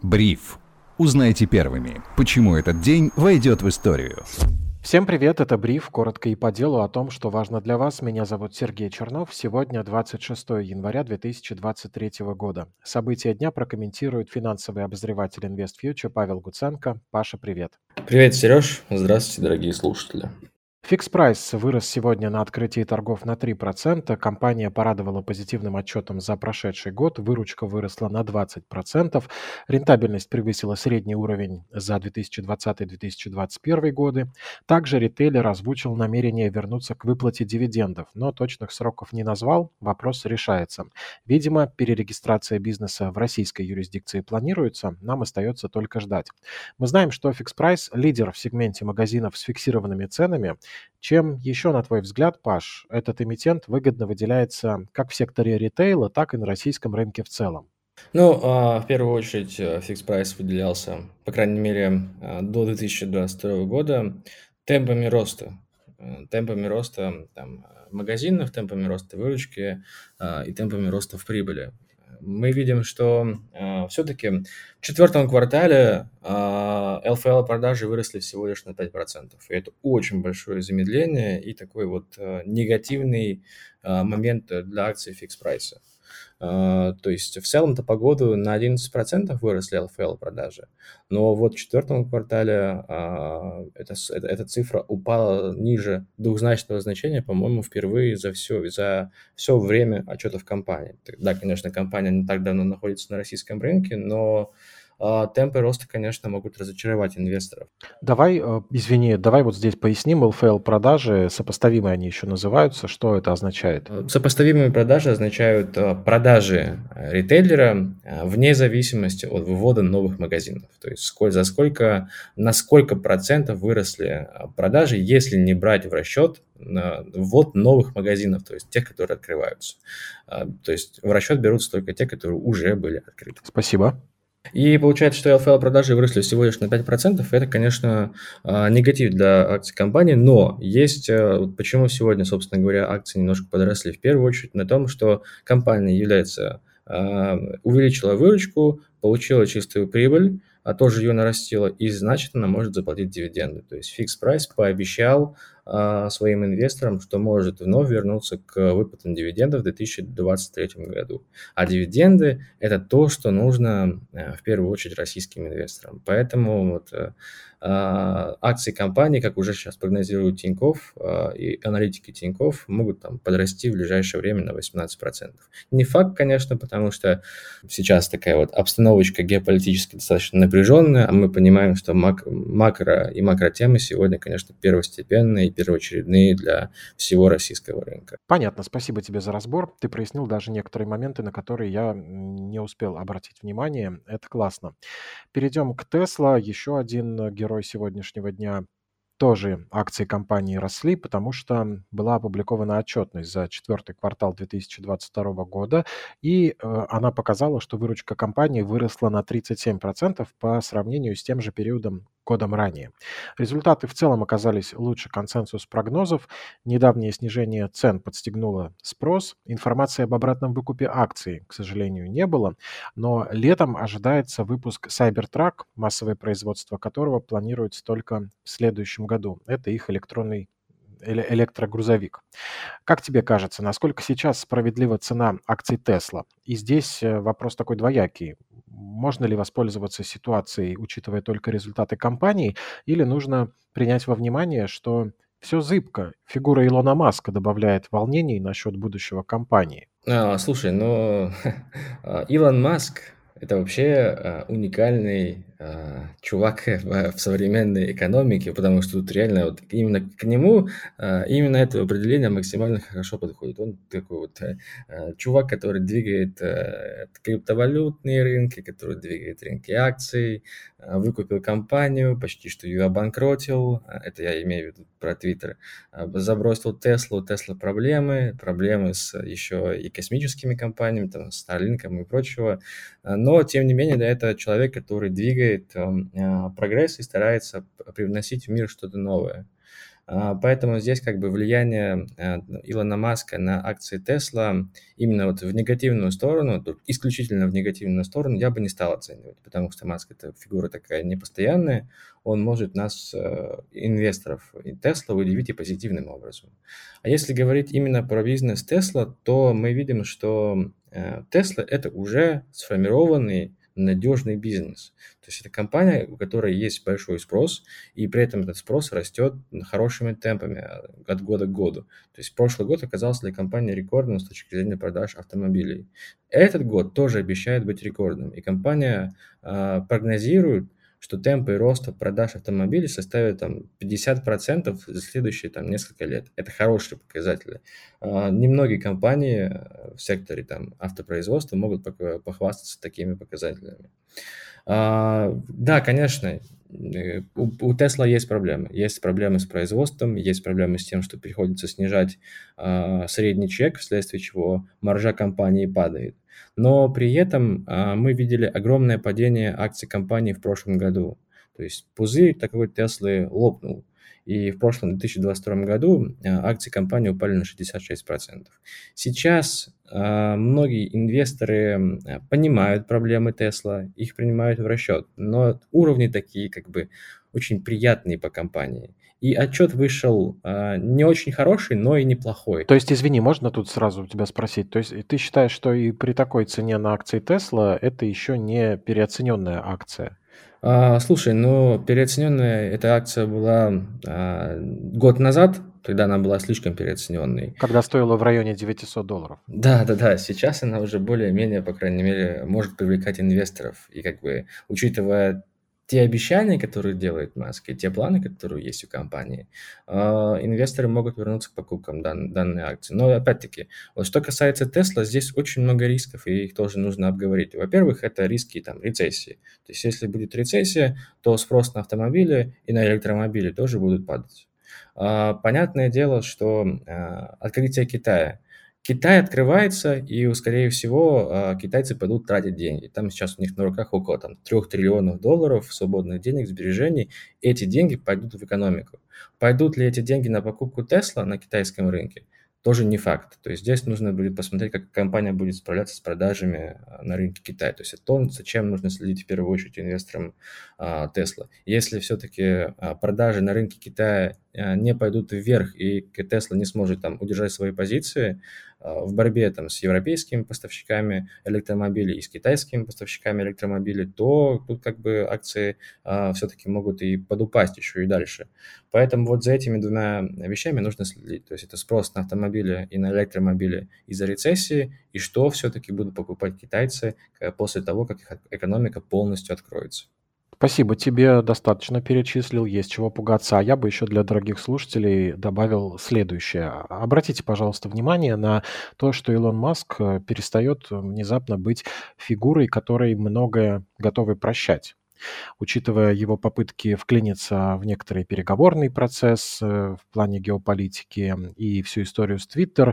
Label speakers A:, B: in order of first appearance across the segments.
A: Бриф. Узнайте первыми, почему этот день войдет в историю.
B: Всем привет, это Бриф, коротко и по делу о том, что важно для вас. Меня зовут Сергей Чернов. Сегодня 26 января 2023 года. События дня прокомментирует финансовый обозреватель InvestFuture Павел Гуценко. Паша, привет.
C: Привет, Сереж. Здравствуйте, дорогие слушатели.
B: Фикс-прайс вырос сегодня на открытии торгов на 3%. Компания порадовала позитивным отчетом за прошедший год. Выручка выросла на 20%. Рентабельность превысила средний уровень за 2020-2021 годы. Также ритейлер озвучил намерение вернуться к выплате дивидендов, но точных сроков не назвал. Вопрос решается. Видимо, перерегистрация бизнеса в российской юрисдикции планируется. Нам остается только ждать. Мы знаем, что фикс-прайс – лидер в сегменте магазинов с фиксированными ценами. Чем еще, на твой взгляд, Паш, этот эмитент выгодно выделяется как в секторе ритейла, так и на российском рынке в целом?
C: В первую очередь, фикс-прайс выделялся, по крайней мере, до 2022 года темпами роста. Темпами роста магазинов, темпами роста выручки и темпами роста в прибыли. Мы видим, что все-таки в четвертом квартале ЛФЛ продажи выросли всего лишь на 5%. И это очень большое замедление и такой вот негативный момент для акций фикс-прайса. То есть в целом-то по году на 11% выросли ЛФЛ продажи, но вот в четвертом квартале эта цифра упала ниже двухзначного значения, по-моему, впервые за все время отчетов компании. Да, конечно, компания не так давно находится на российском рынке, но темпы роста, конечно, могут разочаровать инвесторов.
B: Давай вот здесь поясним. ЛФЛ продажи, сопоставимые они еще называются. Что это означает?
C: Сопоставимые продажи означают продажи ритейлера вне зависимости от ввода новых магазинов. То есть на сколько процентов выросли продажи, если не брать в расчет ввод новых магазинов, то есть тех, которые открываются. То есть в расчет берутся только те, которые уже были открыты.
B: Спасибо.
C: И получается, что ЛФЛ продажи выросли всего лишь на 5%. Это, конечно, негатив для акций компании, но есть, почему сегодня, собственно говоря, акции немножко подросли. В первую очередь на том, что компания увеличила выручку, получила чистую прибыль, а тоже ее нарастила, и значит, она может заплатить дивиденды. То есть фикс-прайс пообещал своим инвесторам, что может вновь вернуться к выплатам дивидендов в 2023 году. А дивиденды – это то, что нужно в первую очередь российским инвесторам. Поэтому акции компании, как уже сейчас прогнозируют Тинькофф и аналитики Тинькофф, могут подрасти в ближайшее время на 18%. Не факт, конечно, потому что сейчас такая вот обстановочка геополитически достаточно напряженная, а мы понимаем, что макро и макротемы сегодня, конечно, первостепенные и первоочередные для всего российского рынка.
B: Понятно, спасибо тебе за разбор. Ты прояснил даже некоторые моменты, на которые я не успел обратить внимание. Это классно. Перейдем к Tesla. Еще один герой сегодняшнего дня. Тоже акции компании росли, потому что была опубликована отчетность за четвертый квартал 2022 года, и она показала, что выручка компании выросла на 37% по сравнению с тем же периодом годом ранее. Результаты в целом оказались лучше консенсус прогнозов. Недавнее снижение цен подстегнуло спрос. Информации об обратном выкупе акций, к сожалению, не было, но летом ожидается выпуск Cybertruck, массовое производство которого планируется только в следующем году. Это их электрогрузовик. Как тебе кажется, насколько сейчас справедлива цена акций Tesla? И здесь вопрос такой двоякий. Можно ли воспользоваться ситуацией, учитывая только результаты компании, или нужно принять во внимание, что все зыбко? Фигура Илона Маска добавляет волнений насчет будущего компании.
C: Слушай, Илон Маск – это вообще уникальный чувак в современной экономике, потому что тут реально вот именно к нему именно это определение максимально хорошо подходит. Он такой вот чувак, который двигает криптовалютные рынки, который двигает рынки акций, выкупил компанию, почти что ее обанкротил, это я имею в виду про Твиттер, забросил Теслу, Тесла проблемы с еще и космическими компаниями, с Starlink и прочего, но тем не менее, да, это человек, который двигает прогресс и старается привносить в мир что-то новое. Поэтому здесь как бы влияние Илона Маска на акции Tesla именно вот в негативную сторону, исключительно в негативную сторону, я бы не стал оценивать, потому что Маск – это фигура такая непостоянная, он может нас, инвесторов и Tesla, удивить и позитивным образом. А если говорить именно про бизнес Tesla, то мы видим, что Tesla – это уже сформированный надежный бизнес. То есть это компания, у которой есть большой спрос, и при этом этот спрос растет хорошими темпами от года к году. То есть прошлый год оказался для компании рекордным с точки зрения продаж автомобилей. Этот год тоже обещает быть рекордным, и компания прогнозирует, что темпы роста продаж автомобилей составят там 50% за следующие там несколько лет. Это хорошие показатели. Немногие компании в секторе там автопроизводства могут похвастаться такими показателями. Да, конечно, у Tesla есть проблемы. Есть проблемы с производством, есть проблемы с тем, что приходится снижать средний чек, вследствие чего маржа компании падает. Но при этом мы видели огромное падение акций компании в прошлом году. То есть пузырь такой Теслы лопнул. И в прошлом 2022 году акции компании упали на 66%. Сейчас многие инвесторы понимают проблемы Tesla, их принимают в расчет, но уровни такие как бы очень приятные по компании. И отчет вышел не очень хороший, но и неплохой.
B: То есть, извини, можно тут сразу у тебя спросить? То есть ты считаешь, что и при такой цене на акции Tesla это еще не переоцененная акция?
C: Слушай, ну переоцененная эта акция была год назад, когда она была слишком переоцененной.
B: Когда стоила в районе $900.
C: Да, сейчас она уже более-менее, по крайней мере, может привлекать инвесторов. И как бы, учитывая те обещания, которые делает Маск, и те планы, которые есть у компании, инвесторы могут вернуться к покупкам данной акции. Но опять-таки, вот что касается Tesla, здесь очень много рисков, и их тоже нужно обговорить. Во-первых, это риски там рецессии. То есть, если будет рецессия, то спрос на автомобили и на электромобили тоже будут падать. Понятное дело, что открытие Китая. Китай открывается, и, скорее всего, китайцы пойдут тратить деньги. Там сейчас у них на руках около там, 3 триллионов долларов свободных денег, сбережений. Эти деньги пойдут в экономику. Пойдут ли эти деньги на покупку Tesla на китайском рынке? Тоже не факт. То есть здесь нужно будет посмотреть, как компания будет справляться с продажами на рынке Китая. То есть это то, зачем нужно следить в первую очередь инвесторам Tesla. Если все-таки продажи на рынке Китая не пойдут вверх, и Tesla не сможет там удержать свои позиции в борьбе там с европейскими поставщиками электромобилей и с китайскими поставщиками электромобилей, то тут как бы акции все-таки могут и подупасть еще и дальше. Поэтому вот за этими двумя вещами нужно следить. То есть это спрос на автомобили и на электромобили из-за рецессии, и что все-таки будут покупать китайцы после того, как их экономика полностью откроется.
B: Спасибо, тебе достаточно перечислил, есть чего пугаться. А я бы еще для дорогих слушателей добавил следующее. Обратите, пожалуйста, внимание на то, что Илон Маск перестает внезапно быть фигурой, которой многое готовы прощать. Учитывая его попытки вклиниться в некоторый переговорный процесс в плане геополитики и всю историю с Twitter,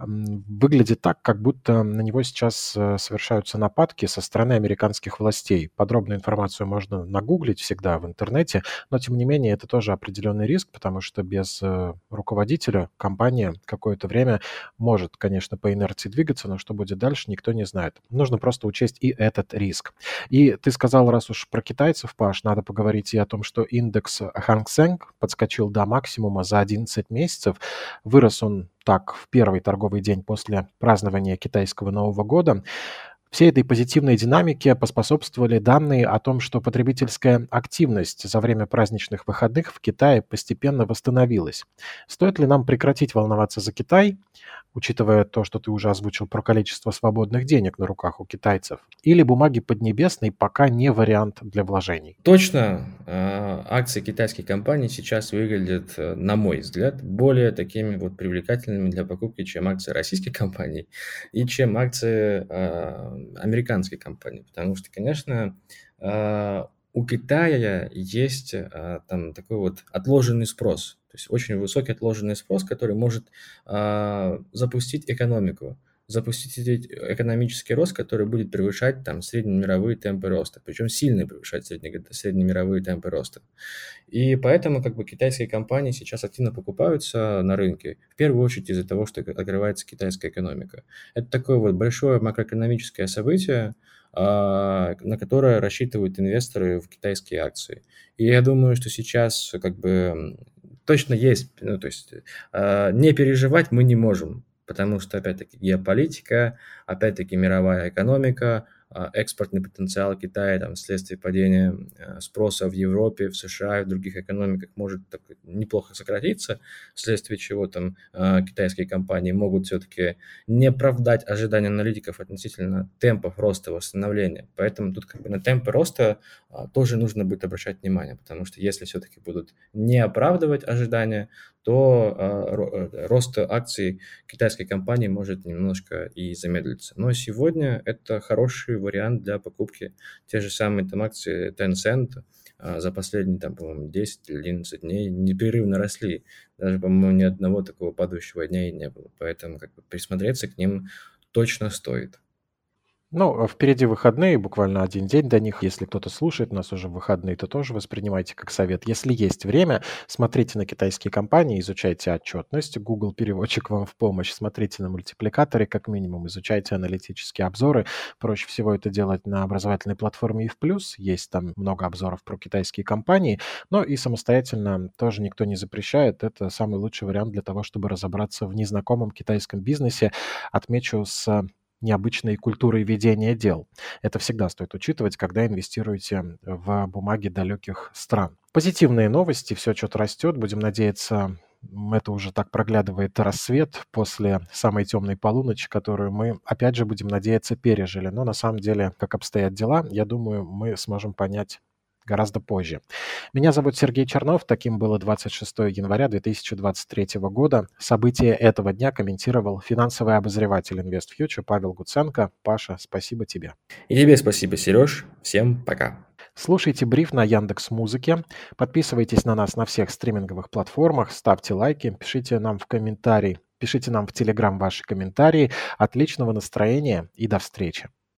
B: выглядит так, как будто на него сейчас совершаются нападки со стороны американских властей. Подробную информацию можно нагуглить всегда в интернете, но тем не менее это тоже определенный риск, потому что без руководителя компания какое-то время может, конечно, по инерции двигаться, но что будет дальше, никто не знает. Нужно просто учесть и этот риск. И ты сказал, раз уж про китайцев, Паш, надо поговорить и о том, что индекс Hang Seng подскочил до максимума за 11 месяцев. Вырос он так в первый торговый день после празднования китайского Нового года. Всей этой позитивной динамике поспособствовали данные о том, что потребительская активность за время праздничных выходных в Китае постепенно восстановилась. Стоит ли нам прекратить волноваться за Китай, учитывая то, что ты уже озвучил про количество свободных денег на руках у китайцев, или бумаги Поднебесной пока не вариант для вложений?
C: Точно, акции китайских компаний сейчас выглядят, на мой взгляд, более такими вот привлекательными для покупки, чем акции российских компаний и чем акции американской компании. Потому что, конечно, у Китая есть там такой вот отложенный спрос, то есть очень высокий отложенный спрос, который может запустить экономику. запустить экономический рост, который будет превышать там среднемировые темпы роста, причем сильно превышать среднемировые темпы роста. И поэтому как бы китайские компании сейчас активно покупаются на рынке, в первую очередь из-за того, что открывается китайская экономика. Это такое вот большое макроэкономическое событие, на которое рассчитывают инвесторы в китайские акции. И я думаю, что сейчас как бы точно есть, ну, то есть не переживать мы не можем, потому что, опять-таки, геополитика, опять-таки, мировая экономика, экспортный потенциал Китая там, вследствие падения спроса в Европе, в США и в других экономиках может так неплохо сократиться, вследствие чего там китайские компании могут все-таки не оправдать ожидания аналитиков относительно темпов роста восстановления. Поэтому тут как бы на темпы роста тоже нужно будет обращать внимание, потому что если все-таки будут не оправдывать ожидания, то рост акций китайской компании может немножко и замедлиться. Но сегодня это хороший вариант для покупки. Те же самые там акции Tencent за последние, там, по-моему, 10 или 11 дней непрерывно росли. Даже, по-моему, ни одного такого падающего дня и не было. Поэтому как бы присмотреться к ним точно стоит.
B: Ну, впереди выходные, буквально один день до них. Если кто-то слушает нас уже в выходные, то тоже воспринимайте как совет. Если есть время, смотрите на китайские компании, изучайте отчетность. Google переводчик вам в помощь. Смотрите на мультипликаторы, как минимум, изучайте аналитические обзоры. Проще всего это делать на образовательной платформе EF+. Есть там много обзоров про китайские компании, но и самостоятельно тоже никто не запрещает. Это самый лучший вариант для того, чтобы разобраться в незнакомом китайском бизнесе. Отмечу с необычной культурой ведения дел. Это всегда стоит учитывать, когда инвестируете в бумаги далеких стран. Позитивные новости, все что-то растет. Будем надеяться, это уже так проглядывает рассвет после самой темной полуночи, которую мы, опять же, будем надеяться, пережили. Но на самом деле, как обстоят дела, я думаю, мы сможем понять гораздо позже. Меня зовут Сергей Чернов. Таким было 26 января 2023 года. События этого дня комментировал финансовый обозреватель InvestFuture Павел Гуценко. Паша, спасибо тебе.
C: И тебе спасибо, Сереж. Всем пока.
B: Слушайте бриф на Яндекс.Музыке. Подписывайтесь на нас на всех стриминговых платформах. Ставьте лайки. Пишите нам в комментарии. Пишите нам в Телеграм ваши комментарии. Отличного настроения и до встречи.